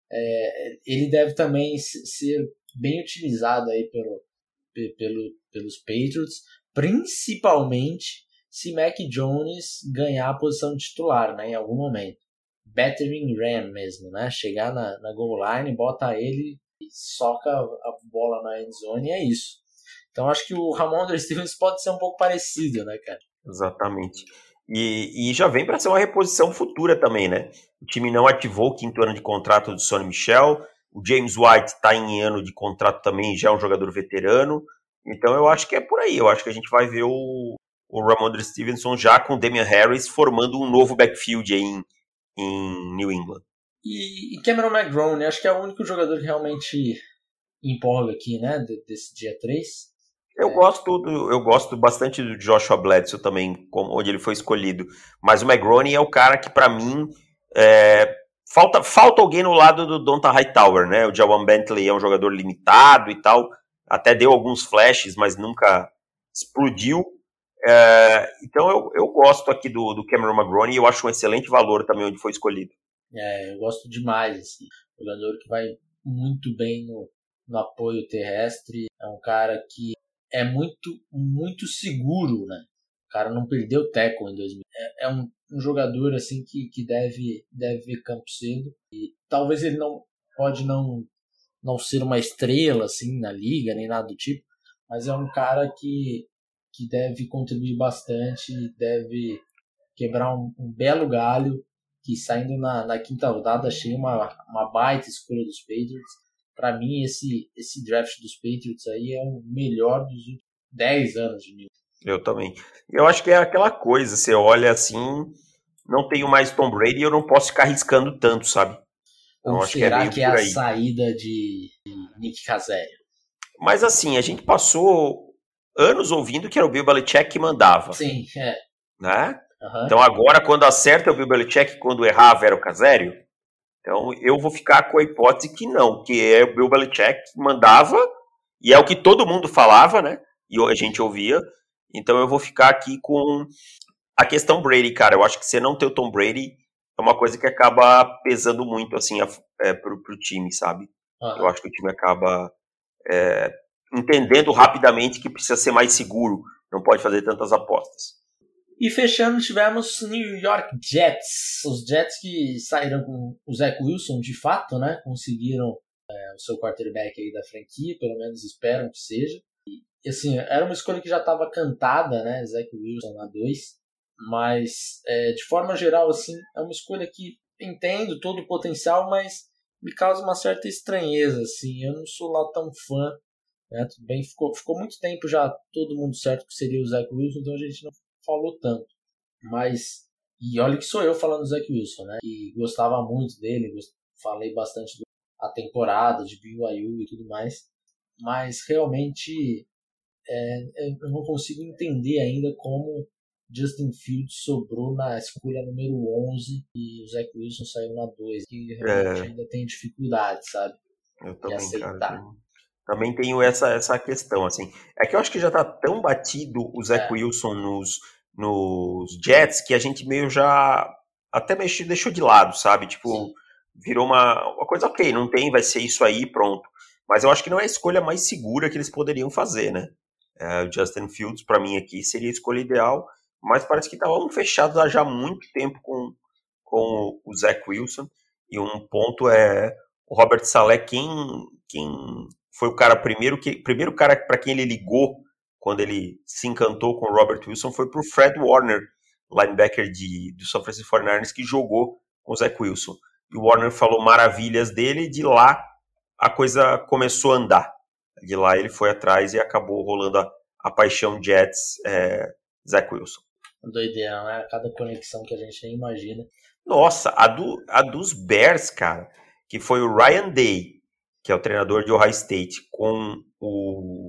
é, ele deve também ser bem utilizado aí pelo, pelo, pelos Patriots, principalmente se Mac Jones ganhar a posição de titular, né, em algum momento. Battering ram mesmo, né? Chegar na, na goal line, bota ele e soca a bola na end zone e é isso. Então acho que o Ramondre Stevenson pode ser um pouco parecido, né, cara?
Exatamente. E, e já vem para ser uma reposição futura também, né? O time não ativou o quinto ano de contrato do Sonny Michel. O James White está em ano de contrato também, já é um jogador veterano. Então eu acho que é por aí. Eu acho que a gente vai ver o, o Ramondre Stevenson já com o Damian Harris formando um novo backfield aí em, em New England.
E, e Cameron McGrone, acho que é o único jogador que realmente empolga aqui, né, desse dia três.
Eu, é. gosto do, eu gosto bastante do Joshua Bledsoe também, onde ele foi escolhido. Mas o McGrone é o cara que, para mim, é, falta, falta alguém no lado do Donta Hightower, né? O Jawan Bentley é um jogador limitado e tal, até deu alguns flashes, mas nunca explodiu. É, então eu, eu gosto aqui do, do Cameron McGrone e eu acho um excelente valor também onde foi escolhido.
É, eu gosto demais, assim, jogador que vai muito bem no, no apoio terrestre, é um cara que é muito, muito seguro, né? O cara não perdeu tackle em dois mil. É, é um, um jogador assim que, que deve, deve ver campo cedo. E talvez ele não pode não, não ser uma estrela assim na liga, nem nada do tipo, mas é um cara que, que deve contribuir bastante, deve quebrar um, um belo galho, que saindo na, na quinta rodada achei uma, uma baita escolha dos Patriots. Para mim, esse, esse draft dos Patriots aí é o melhor dos últimos. dez anos de New England.
Eu também. Eu acho que é aquela coisa, você olha assim, não tenho mais Tom Brady e eu não posso ficar arriscando tanto, sabe?
Ou
Eu acho que é
será
meio
que é
por
a
aí.
saída de, de Nick Caserio?
Mas assim, a gente passou anos ouvindo que era o Bill Belichick que mandava.
Sim, é.
Né?
Uhum.
Então agora, quando acerta é o Bill Belichick, quando errava era o Caserio. Então eu vou ficar com a hipótese que não, que é o Bill Belichick que mandava, e é o que todo mundo falava, né? E a gente ouvia. Então eu vou ficar aqui com a questão Brady, cara. Eu acho que você não ter o Tom Brady é uma coisa que acaba pesando muito, assim, é, pro, pro time, sabe? Uhum. Eu acho que o time acaba é, entendendo rapidamente que precisa ser mais seguro, não pode fazer tantas apostas.
E fechando, tivemos New York Jets. Os Jets que saíram com o Zach Wilson, de fato, né? Conseguiram é, o seu quarterback aí da franquia, pelo menos esperam que seja. E assim, era uma escolha que já estava cantada, né? Zach Wilson na dois. Mas, é, de forma geral, assim, é uma escolha que entendo todo o potencial, mas me causa uma certa estranheza, assim. Eu não sou lá tão fã, né? Tudo bem, ficou, ficou muito tempo já todo mundo certo que seria o Zach Wilson, então a gente não falou tanto. Mas, e olha que sou eu falando do Zach Wilson, né? E gostava muito dele, gost... falei bastante da temporada, de B Y U e tudo mais. Mas, realmente, é, eu não consigo entender ainda como Justin Fields sobrou na escolha número onze e o Zach Wilson saiu na dois, que realmente é. ainda tem dificuldade, sabe?
Eu também, de aceitar. Cara, também tenho essa, essa questão, assim. É que eu acho que já tá tão batido o Zach é. Wilson nos, nos Jets que a gente meio já até meio deixou de lado, sabe? Tipo, Sim. virou uma, uma coisa, ok, não tem, vai ser isso aí, pronto. Mas eu acho que não é a escolha mais segura que eles poderiam fazer, né? É, o Justin Fields, pra mim aqui, seria a escolha ideal, mas parece que estavam fechados há já muito tempo com, com o Zach Wilson. E um ponto é o Robert Saleh, quem, quem foi o cara primeiro, que, primeiro cara para quem ele ligou quando ele se encantou com o Robert Wilson foi pro Fred Warner, linebacker de, do San Francisco forty-niners, que jogou com o Zach Wilson. E o Warner falou maravilhas dele, e de lá a coisa começou a andar. De lá ele foi atrás e acabou rolando a, a paixão Jets, é, Zach Wilson.
Doideira, né? Cada conexão que a gente nem imagina.
Nossa, a, do, a dos Bears, cara, que foi o Ryan Day, que é o treinador de Ohio State, com o,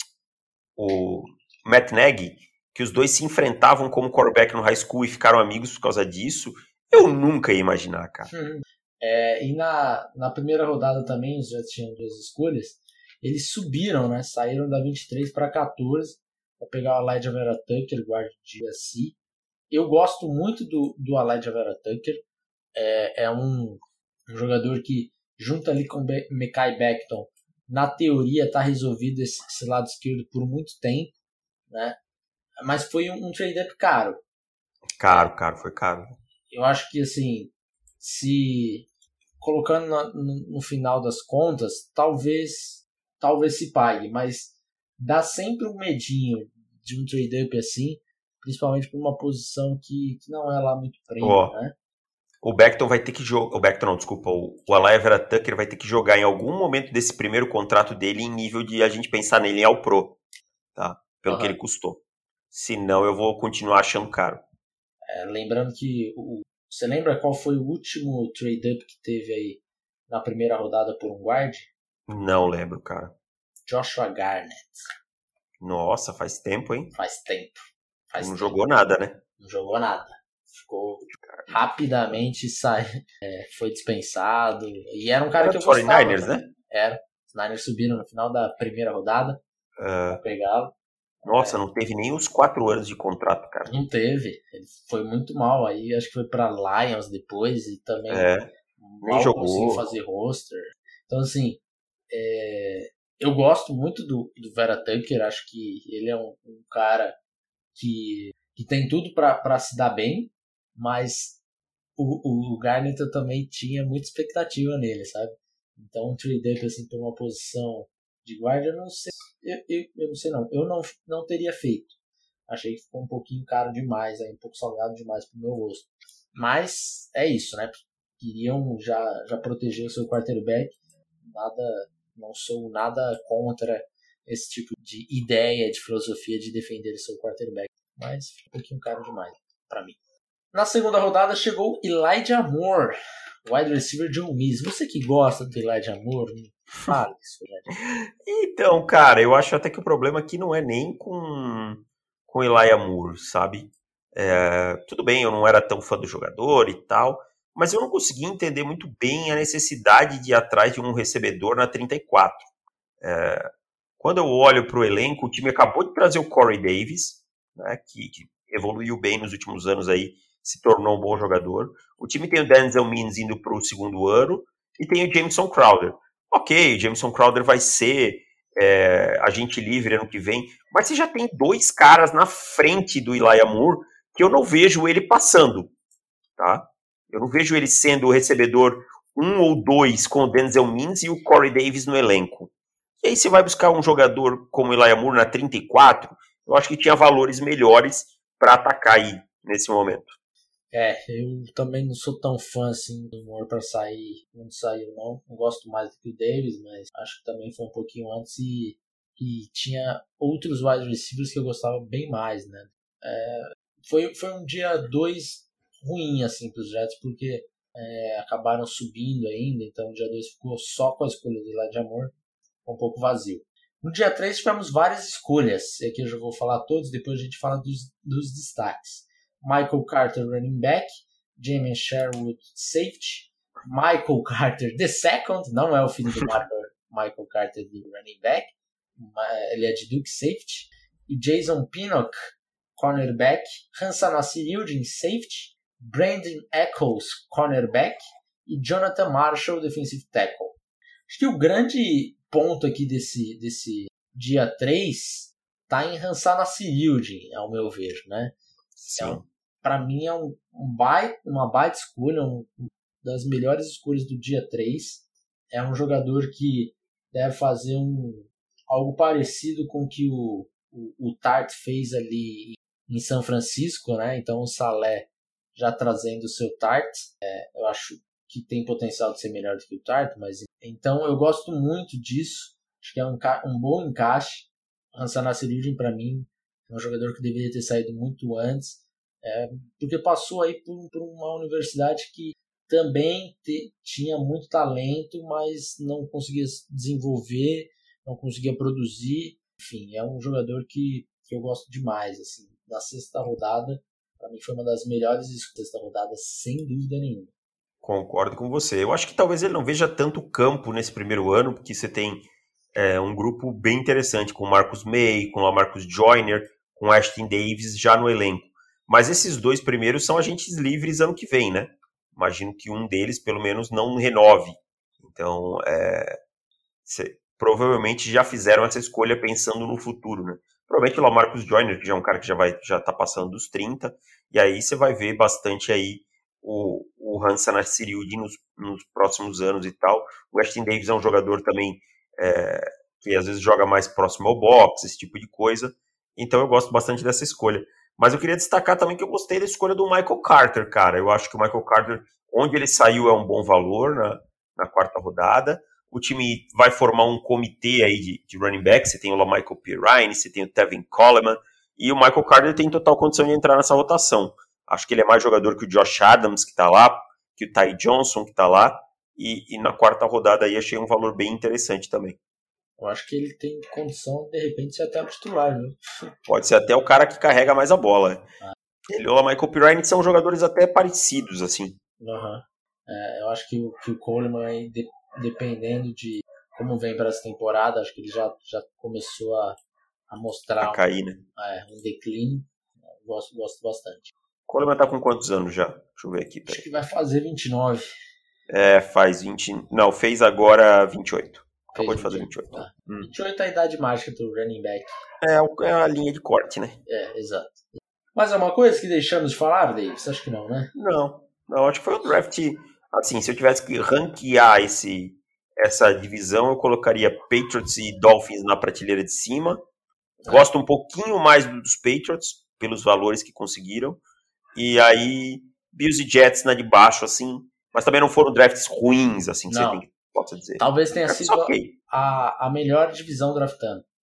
o Matt Nagy, que os dois se enfrentavam como quarterback no high school e ficaram amigos por causa disso, eu nunca ia imaginar, cara.
Hum. É, e na, na primeira rodada também, eles já tinham duas escolhas, eles subiram, né? Saíram da vinte e três para quatorze para pegar o Elijah Vera Tucker, guarda de U S C. Eu gosto muito do, do Elijah Vera Tucker. É, é um, um jogador que, junto ali com o Be- Mekhi Becton, na teoria está resolvido esse, esse lado esquerdo por muito tempo, né? Mas foi um, um trade-up caro.
Caro, caro, foi caro.
Eu acho que, assim, se colocando na, no, no final das contas, talvez, talvez se pague, mas dá sempre um medinho de um trade-up assim, principalmente por uma posição que, que não é lá muito premium, oh, né?
O Becton vai ter que jogar, o Becton não, desculpa, o, o Elijah Vera Tucker vai ter que jogar em algum momento desse primeiro contrato dele em nível de a gente pensar nele em All Pro, tá? Pelo uhum. que ele custou. Senão eu vou continuar achando caro.
É, lembrando que o, você lembra qual foi o último trade-up que teve aí na primeira rodada por um guard?
Não lembro, cara.
Joshua Garnett.
Nossa, faz tempo, hein?
Faz tempo. Faz
não
tempo.
jogou nada, né?
Não jogou nada. Ficou rapidamente, sai, é, foi dispensado. E era um cara era que eu gostava.
forty-niners, né?
Era. Os Niners subiram no final da primeira rodada. Uh... Pra pegá-lo.
Nossa, é. Não teve nem os quatro anos de contrato, cara.
Não teve. Ele foi muito mal. Aí acho que foi pra Lions depois e também
é. Nem jogou.
Conseguiu fazer roster. Então, assim, é... eu gosto muito do, do Vera Tucker. Acho que ele é um, um cara que, que tem tudo pra, pra se dar bem, mas o, o Garnett eu também tinha muita expectativa nele, sabe? Então, um trade-up assim, por uma posição de guarda, eu não sei. Eu, eu, eu não sei não, eu não, não teria feito. Achei que ficou um pouquinho caro demais, aí, um pouco salgado demais pro meu gosto. Mas é isso, né? Queriam já, já proteger o seu quarterback. Nada, não sou nada contra esse tipo de ideia, de filosofia de defender o seu quarterback. Mas um pouquinho caro demais para mim. Na segunda rodada chegou Elijah Moore, wide receiver de Ole Miss. Você que gosta do Elijah Moore, fala isso, Elijah.
Então, cara, eu acho até que o problema aqui não é nem com com Elijah Moore, sabe? É, tudo bem, eu não era tão fã do jogador e tal, mas eu não consegui entender muito bem a necessidade de ir atrás de um recebedor na trinta e quatro. É, quando eu olho para o elenco, o time acabou de trazer o Corey Davis, né, que, que evoluiu bem nos últimos anos aí, se tornou um bom jogador. O time tem o Denzel Mims indo para o segundo ano e tem o Jameson Crowder. Ok, o Jameson Crowder vai ser é, agente livre ano que vem, mas você já tem dois caras na frente do Elijah Moore que eu não vejo ele passando, tá? Eu não vejo ele sendo o recebedor um ou dois com o Denzel Mims e o Corey Davis no elenco. E aí você vai buscar um jogador como o Elijah Moore na trinta e quatro, eu acho que tinha valores melhores para atacar aí nesse momento.
É, eu também não sou tão fã assim do Moore para sair, não saiu não, não gosto mais do que o Davis, mas acho que também foi um pouquinho antes e, e tinha outros wide receivers que eu gostava bem mais, né? É, foi, foi um dia dois ruim assim para os Jets, porque é, acabaram subindo ainda, então o dia dois ficou só com a escolha do Elijah Moore, um pouco vazio. No dia três tivemos várias escolhas, e aqui eu já vou falar todos, depois a gente fala dos, dos destaques. Michael Carter, running back. Jamin Sherwood, safety. Michael Carter, the second. Não é o filho do Michael Carter, do running back. Ele é de Duke, safety. E Jason Pinnock, cornerback. Hansa Nasirildin, safety. Brandon Echols, cornerback. E Jonathan Marshall, defensive tackle. Acho que o grande ponto aqui desse, desse dia três está em Hansa Nasirildin, ao meu ver, né? Então, para mim é um, um baita, uma baita escolha, uma das melhores escolhas do dia três. É um jogador que deve fazer um, algo parecido com o que o, o, o Tart fez ali em São Francisco, né? Então o Saleh já trazendo o seu Tart, é, eu acho que tem potencial de ser melhor do que o Tart, mas então eu gosto muito disso. Acho que é um, um bom encaixe. Hansa Nasirildin, para mim, é um jogador que deveria ter saído muito antes, é, porque passou aí por, por uma universidade que também te, tinha muito talento, mas não conseguia desenvolver, não conseguia produzir. Enfim, é um jogador que, que eu gosto demais. Assim, na sexta rodada, para mim foi uma das melhores sexta rodada, sem dúvida nenhuma.
Concordo com você. Eu acho que talvez ele não veja tanto campo nesse primeiro ano, porque você tem é, um grupo bem interessante, com o Marcus May, com o Marcus Joyner, com o Ashton Davis já no elenco. Mas esses dois primeiros são agentes livres ano que vem, né? Imagino que um deles, pelo menos, não renove. Então, é, cê, provavelmente já fizeram essa escolha pensando no futuro, né? Provavelmente o Lamarcus Joyner, que já é um cara que já vai já tá passando dos trinta, e aí você vai ver bastante aí o, o Hansa Nasirildin nos, nos próximos anos e tal. O Ashton Davis é um jogador também é, que às vezes joga mais próximo ao box, esse tipo de coisa. Então eu gosto bastante dessa escolha. Mas eu queria destacar também que eu gostei da escolha do Michael Carter, cara. Eu acho que o Michael Carter, onde ele saiu, é um bom valor na, na quarta rodada. O time vai formar um comitê aí de, de running back. Você tem o Michael Pirine, você tem o Tevin Coleman. E o Michael Carter tem total condição de entrar nessa rotação. Acho que ele é mais jogador que o Josh Adams, que tá lá, que o Ty Johnson, que tá lá. E, e na quarta rodada aí achei um valor bem interessante também.
Eu acho que ele tem condição, de repente, ser até o titular, viu?
Pode ser até o cara que carrega mais a bola. Ah. Ele e o Michael Pirine são jogadores até parecidos, assim.
Uhum. É, eu acho que o, que o Coleman, aí, de, dependendo de como vem para essa temporada, acho que ele já, já começou a, a mostrar
a cair, um, né?
é, um declínio. Eu gosto, gosto bastante.
O Coleman tá com quantos anos já? Deixa eu ver aqui.
Acho que vai fazer vinte e nove.
É, faz vinte... Não, fez agora vinte e oito. Acabou de fazer vinte e oito.
Ah, hum. vinte e oito é a idade mágica do running back.
É, é a linha de corte, né?
É, exato. Mas é uma coisa que deixamos de falar, Davis? Acho que não, né?
Não. Não, acho que foi um draft... Assim, se eu tivesse que ranquear esse, essa divisão, eu colocaria Patriots e Dolphins na prateleira de cima. É. Gosto um pouquinho mais dos Patriots, pelos valores que conseguiram. E aí, Bills e Jets na de baixo, assim. Mas também não foram drafts ruins, assim, que
não.
você tem que... Posso dizer.
Talvez tenha sido okay. a, a melhor divisão draftando.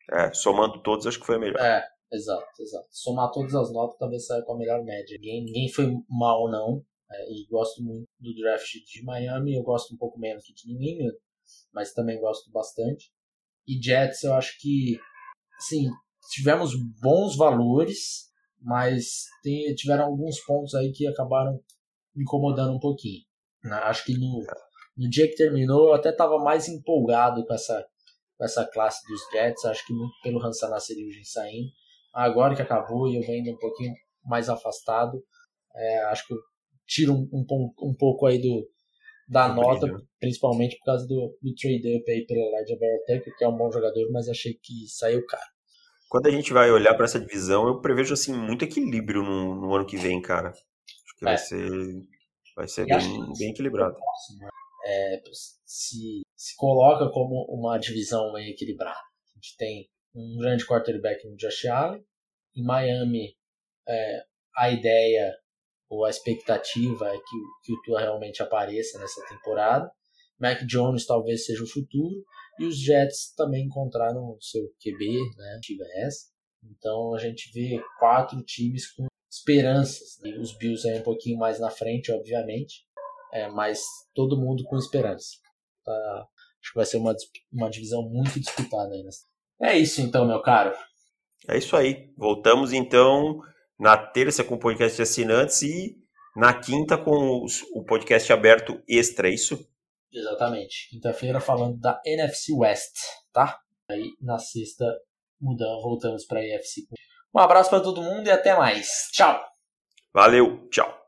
É, somando todos, acho que foi a melhor.
É, exato, exato. Somar todas as notas, talvez saia com a melhor média. Ninguém, ninguém foi mal, não. É, e gosto muito do draft de Miami. Eu gosto um pouco menos que de New England, mas também gosto bastante. E Jets, eu acho que, assim, tivemos bons valores, mas tem, tiveram alguns pontos aí que acabaram me incomodando um pouquinho. Acho que no, no dia que terminou, eu até estava mais empolgado com essa, com essa classe dos Jets. Acho que muito pelo Hans Nasserudin saindo. Agora que acabou e eu venho um pouquinho mais afastado, é, acho que eu tiro um, um, um pouco aí do, da
Do
nota,
brilho.
principalmente por causa do, do trade-up aí pelo Elijah Vera Tucker, que é um bom jogador, mas achei que saiu caro.
Quando a gente vai olhar para essa divisão, eu prevejo assim muito equilíbrio no, no ano que vem, cara. Acho que
É.
vai ser, vai ser
E
bem,
acho que
bem equilibrado.
É, se, se coloca como uma divisão meio equilibrada. A gente tem um grande quarterback no Josh Allen. Em Miami, é, a ideia ou a expectativa é que, que o Tua realmente apareça nessa temporada. Mac Jones talvez seja o futuro. E os Jets também encontraram o seu Q B, né, T V S. Então a gente vê quatro times com esperanças. Né? Os Bills aí um pouquinho mais na frente, obviamente. É, mas todo mundo com esperança. Tá? Acho que vai ser uma, uma divisão muito disputada aí. É isso então, meu caro.
É isso aí. Voltamos então na terça com o podcast de assinantes e na quinta com os, o podcast aberto extra, é isso?
Exatamente. Quinta-feira falando da N F C West, tá? Aí na sexta mudamos, voltamos para a A F C. Um abraço para todo mundo e até mais. Tchau.
Valeu, tchau.